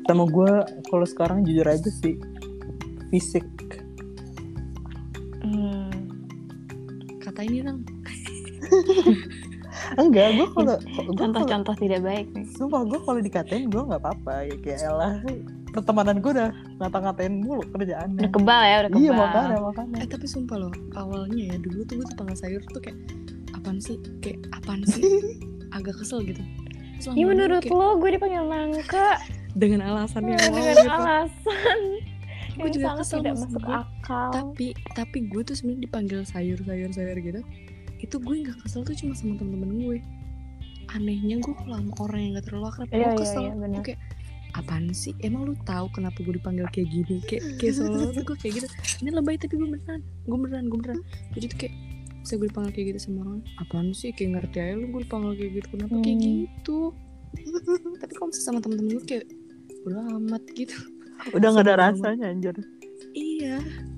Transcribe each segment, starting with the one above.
Sama gue kalau sekarang jujur aja sih fisik. Kata ini dong. Enggak, gue kalau contoh-contoh tidak baik nih. sumpah gue kalau dikatain gue nggak apa-apa ya, kayak elah pertemanan gue udah ngata-ngatain mulu kerjaannya. Udah kebal ya, udah kebal. Iya makanya. Tapi sumpah loh, awalnya ya dulu tuh gue tukang sayur tuh kayak apaan sih? Agak kesel gitu. Iya menurut lo gue dipanggil nangka dengan alasan yang dengan gitu. alasan Gue juga kesel, tidak maksud masuk gue. akal. Tapi gue tuh sebenarnya dipanggil sayur gitu. Itu gue nggak kesel tuh cuma sama temen-temen gue. Anehnya gue kalau sama orang yang nggak terlalu akrab, gue kesel. Gue kayak apaan sih? Emang lu tahu kenapa gue dipanggil kayak gini? Kayak selalu tuh gue kayak gitu. Ini lebay tapi gue beneran. Jadi tuh kayak bisa gue dipanggil kayak gitu sama orang. Apaan sih? Kayak ngerti aja lu gue dipanggil kayak gitu. Kenapa kayak gitu? Tapi kalau sama temen-temen gue kayak udah amat gitu. Udah nggak ada rasanya anjir. Iya.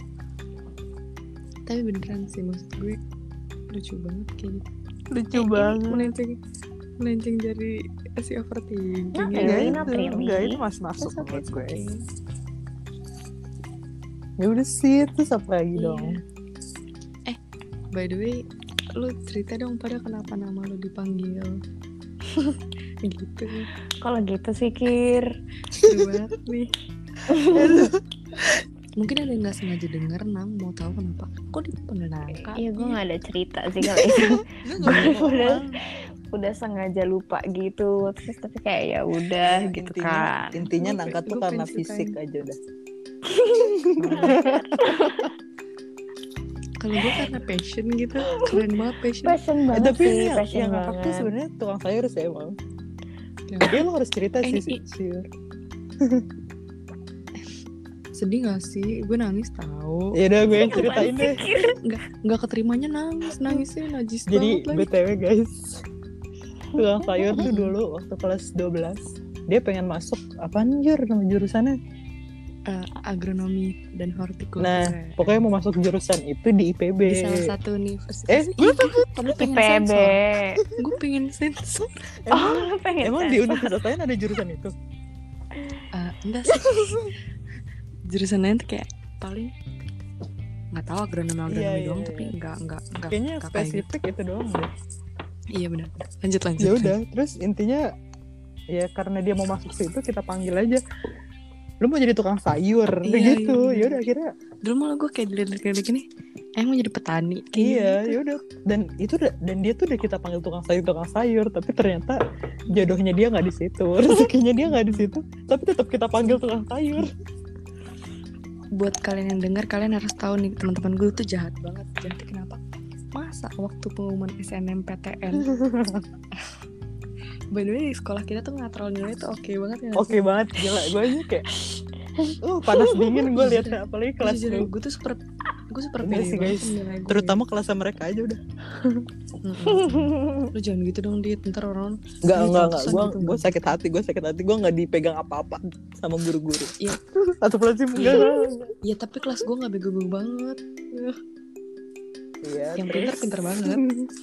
Tapi beneran sih, maksud gue lucu banget kayak gitu. Lucu banget. Melenceng dari si overthinking. Enggak itu masuk menurut gue. Ya udah sih, terus apa lagi dong? By the way, lu cerita dong pada kenapa nama lu dipanggil gitu. Kalau gitu sih Kir. Seru banget nih. Mungkin ada yang nggak sengaja denger, Nang mau tahu kenapa kok dipanggil Nangka? Iya, gue nggak ada cerita sih kalau itu. udah sengaja lupa gitu, terus tapi kayak ya udah gitu kan. Intinya Nangka tuh karena fisik aja udah. Kalau gue karena passion gitu, keren banget Passion banget tapi sih, passion yang ngakak tuh sebenarnya tukang sayur sih emang. Jadi lo harus cerita sih. Sedih gak sih? Gue nangis tau. Ya udah gue yang ceritain deh. Nggak keterimanya nangisnya najis jadi, banget. Jadi BTW guys, tukang sayur tuh dulu waktu kelas 12 dia pengen masuk apa anjir nama jurusannya? Agronomi dan hortikultura. Nah, pokoknya mau masuk jurusan itu di IPB. Di salah satu universitas. Gue pengen sensor. Gue pengen sensor. Emang di universitas lain ada jurusan itu? Enggak sih. Jurusan lain tuh kayak paling nggak tahu agronomi doang, tapi enggak kayaknya spesifik gitu doang deh. Iya benar. Lanjut. Ya udah, terus intinya ya karena dia mau masuk situ kita panggil aja. Lu mau jadi tukang sayur gitu. Ya udah akhirnya dulu malah gue kayak dilihat gini, mau jadi petani. Iya, ya udah. Dan dia tuh udah kita panggil tukang sayur, tapi ternyata jodohnya dia nggak di situ, rezekinya dia nggak di situ, tapi tetap kita panggil tukang sayur. Buat kalian yang dengar, kalian harus tahu nih teman-teman gue tuh jahat banget. Jadi kenapa? Masa waktu pengumuman SNMPTN by the way di sekolah kita tuh ngatrol nilai tuh oke banget ya. Oke banget, gila. Gue aja kayak panas dingin gue liatnya, apalagi kelas gue. Gue super pede sih guys, terutama kelas mereka aja udah. Lu jangan gitu dong Dit, ntar orang enggak gue sakit hati gue nggak dipegang apa-apa sama guru-guru. Iya. Atau pelajim enggak. Iya tapi kelas gue nggak bego-bego banget. Iya. Yang pintar banget.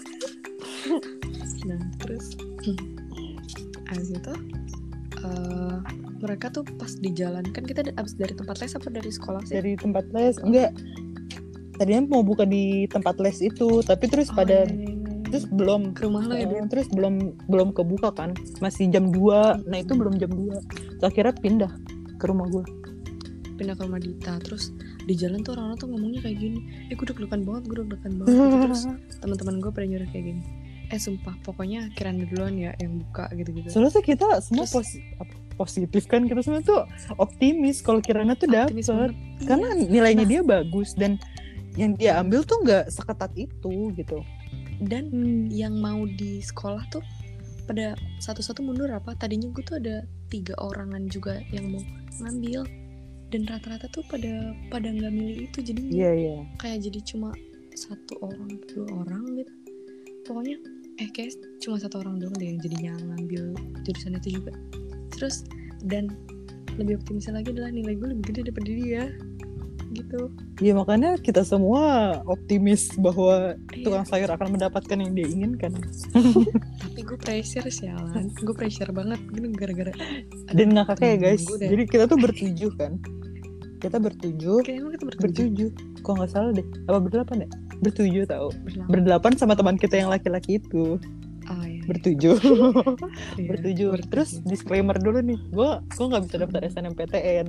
Nah terus abis itu mereka tuh pas di jalan, kan kita abis dari tempat les apa dari sekolah sih? Dari tempat les, enggak. Tadinya mau buka di tempat les itu, tapi terus terus belum ke rumah lo ya, terus belum kebuka kan, masih jam 2. Nah itu belum jam 2. So, akhirnya pindah ke rumah gue. Pindah ke rumah Dita. Terus di jalan tuh orang-orang tuh ngomongnya kayak gini, gue deg-degan banget gitu. Terus teman-teman gue pada nyuruh kayak gini, sumpah pokoknya Kirana duluan ya yang buka gitu-gitu. Soalnya kita semua positif kan, kita semua tuh optimis kalau Kirana tuh dapet karena nilainya dia bagus dan yang dia ambil tuh nggak seketat itu gitu. Dan yang mau di sekolah tuh pada satu-satu mundur apa? Tadinya gue tuh ada 3 orangan juga yang mau ngambil dan rata-rata tuh pada nggak milih itu, jadi kayak jadi cuma 1 orang atau 2 orang gitu. Pokoknya kayak cuma 1 orang doang deh yang jadinya ngambil jurusan itu juga. Terus dan lebih optimisnya lagi adalah nilai gue lebih gede daripada dia gitu. Iya makanya kita semua optimis bahwa tukang sayur akan mendapatkan yang dia inginkan. Tapi gue pressure sialan, gue pressure banget gini gara-gara Dan ngakaknya ya guys, jadi kita tuh bertujuh kan. Kita bertujuh. Kayaknya kita bertujuh. Kok nggak salah deh. Apa berdelapan ya? Bertujuh tau. Berdelapan sama teman kita yang laki-laki itu. Oh, iya. Bertujuh. Bertujuh. Terus disclaimer dulu nih. Gue nggak bisa daftar SNMPTN.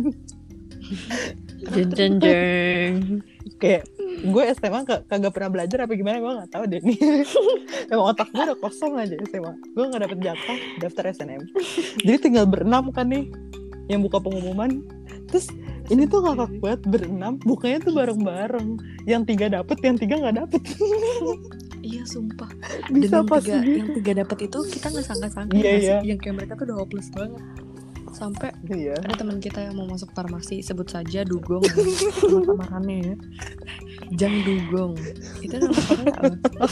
Jeng. Kayak gue SMA kagak pernah belajar apa gimana, gue nggak tahu deh nih. Emang otak gue udah kosong aja SMA. Gue nggak dapet jatah daftar SNM. Jadi tinggal berenam kan nih yang buka pengumuman. Terus ini tuh ngakak banget, berenam bukanya tuh bareng-bareng. Yang 3 dapet, yang 3 nggak dapet. Iya sumpah. Bisa dan pas yang 3 dapet itu kita nggak sangka-sangka. Iya. Yang kayak mereka tuh udah hopeless banget. Sampai ada teman kita yang mau masuk farmasi, sebut saja Dugong, teman kamarannya ya, Jang Dugong. Itu namanya apa?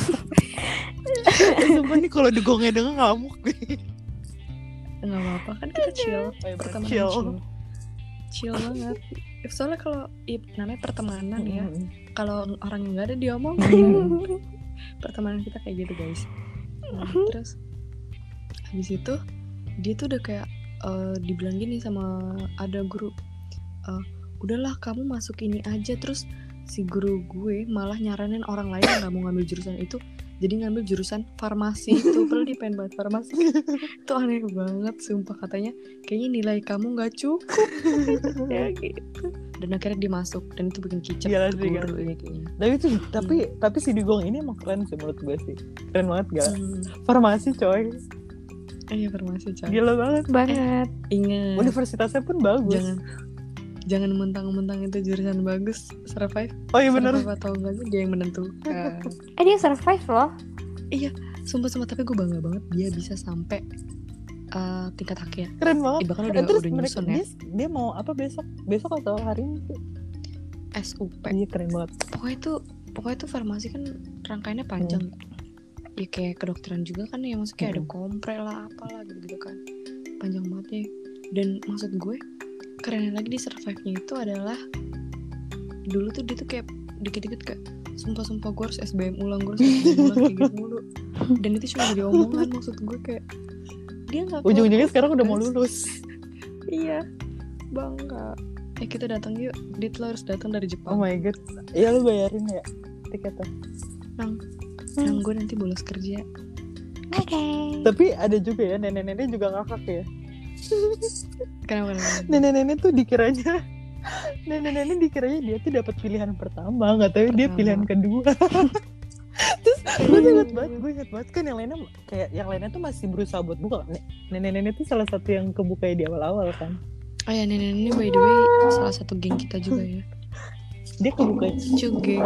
Sumpah nih kalau Dugongnya denger ngamuk nih. Nggak apa-apa kan, kita chill. Pertemanan chill banget. Soalnya kalau namanya pertemanan ya, kalau orang yang nggak ada diomongin. Pertemanan kita kayak gitu guys. Terus habis itu dia tuh udah kayak dibilang gini sama ada guru, udahlah kamu masuk ini aja. Terus si guru gue malah nyaranin orang lain yang nggak mau ngambil jurusan itu, jadi ngambil jurusan farmasi itu. Padahal dia pengen banget farmasi. Itu aneh banget sumpah, katanya kayaknya nilai kamu nggak cukup. Ya gitu. Dan akhirnya dia masuk, dan itu bikin kicap guru ya kayaknya. Tapi si Dugong ini emang keren sih menurut gue sih. Keren banget gak? Farmasi coy. Iya farmasi coy. Gila banget. Ingat. Universitasnya pun bagus. Jangan mentang-mentang itu jurusan bagus survive. Oh iya benar. Survive atau enggaknya dia yang menentukan. Dia survive loh. Iya, sumpah tapi gue bangga banget dia bisa sampai tingkat akhir. Keren banget. Bahkan udah nyusun ya. Dia mau apa besok atau hari ini sih? SUP. Iya keren banget. Pokoknya tuh farmasi kan rangkaiannya panjang. Ya kayak kedokteran juga kan ya, maksudnya kayak ada kompre lah apalah gitu kan. Panjang banget ya. Dan maksud gue kerennya lagi di survive-nya itu adalah dulu tuh dia tuh kayak dikit-dikit kayak sumpah gue harus SBM ulang kayak gitu mulu. Dan itu cuma jadi omongan. Maksud gue kayak dia nggak, ujung-ujungnya sekarang udah mau lulus. Iya, bangga. Kita datang yuk, Dit, lo harus datang dari Jepang. Oh my god. Iya, lu bayarin ya tiketnya. Nang gue nanti bolos kerja. Oke. Tapi ada juga ya nenek-nenek juga ngakak ya. Kenapa? Nenek-nenek tuh dikiranya dia tuh dapat pilihan pertama, nggak tahu dia pilihan kedua. Terus gue ingat banget kan yang lainnya tuh masih berusaha buat buka. Nenek-nenek tuh salah satu yang kebuka di awal-awal kan. Oh ya, nenek-nenek by the way salah satu geng kita juga ya. Dia kebuka geng.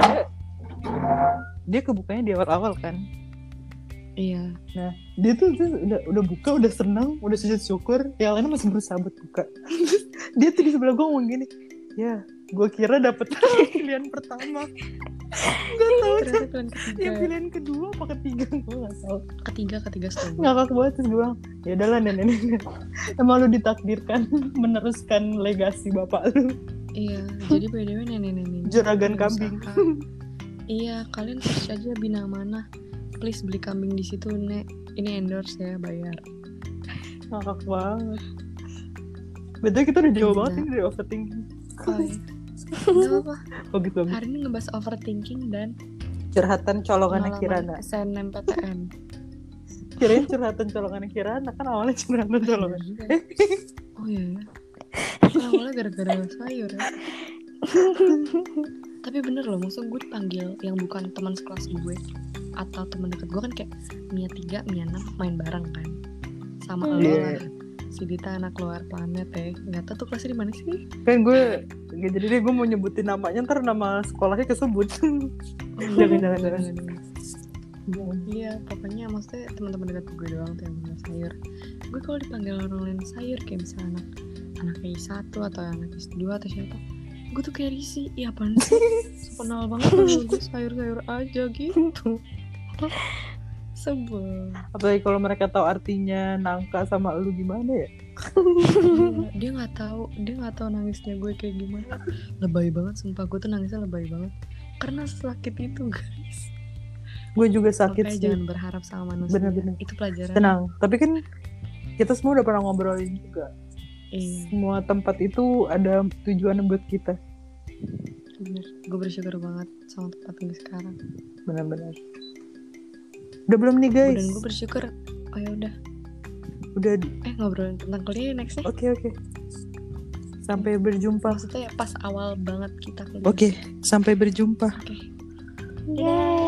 Dia kebukanya di awal-awal kan. Iya. Nah, dia tuh udah buka, udah senang, udah sujud syukur. Yang lainnya masih berusaha buat buka. Dia tuh di sebelah gue ngomong gini, ya, gue kira dapet pilihan pertama. Gak tau kan. Yang pilihan kedua apa ketiga, gue gak tau. Ketiga setuju. Ngakak banget terus gue bilang, ya udahlah nenek. Emang lu ditakdirkan meneruskan legasi bapak lu. Iya, jadi by the way nenek-nenek juragan kambing. Iya, kalian search aja Bina Amanah. Please beli kambing di situ, Nek. Ini endorse ya, bayar. Ngakak banget. Betul, kita udah jauh banget ini dari overthinking. Oh iya. Gak apa-apa. Oh gitu. Hari ini ngebahas overthinking dan curhatan colongannya Kirana. SNMPTN. Kirain curhatan colongannya Kirana, kan awalnya curhatan colongan. Oh iya. Kan awalnya gara-gara sayur ya. Tapi bener loh, maksud gue dipanggil yang bukan teman sekelas gue atau teman dekat gue kan kayak Mia 3, Mia 6 main bareng kan. Sama lo lah. Si Dita anak luar planet ya. Gak tau tuh kelasnya di mana sih? Kan gue gak jadi deh, gue mau nyebutin namanya, ntar nama sekolahnya kesebut. Jangan. Iya, pokoknya maksudnya teman-teman dekat gue doang tuh yang main sayur. Gue kalau dipanggil orang lain sayur kayak misalnya anak I1 atau anak I2 atau siapa, gue tuh kayak risih. Iya apaan sih? Kenal banget gue sayur-sayur aja gitu. Sebel. Apalagi kalau mereka tahu artinya nangka sama lu gimana ya? Dia nggak tahu nangisnya gue kayak gimana. Lebay banget, sumpah gue tuh nangisnya lebay banget karena sakit itu guys. Gue juga sakit. Makanya sih. Jangan berharap sama manusia. Bener-bener. Itu pelajaran. Tenang. Tapi kan kita semua udah pernah ngobrolin juga. Semua tempat itu ada tujuan buat kita. Bener, gue bersyukur banget sama tempat gue sekarang. Benar-benar. Udah belum nih guys? Dan gue bersyukur. Oh ya udah. Ngobrolin tentang kuliah nextnya. Oke. Sampai berjumpa. Maksudnya ya pas awal banget kita kuliah. Oke, sampai berjumpa. Oke. Yeay.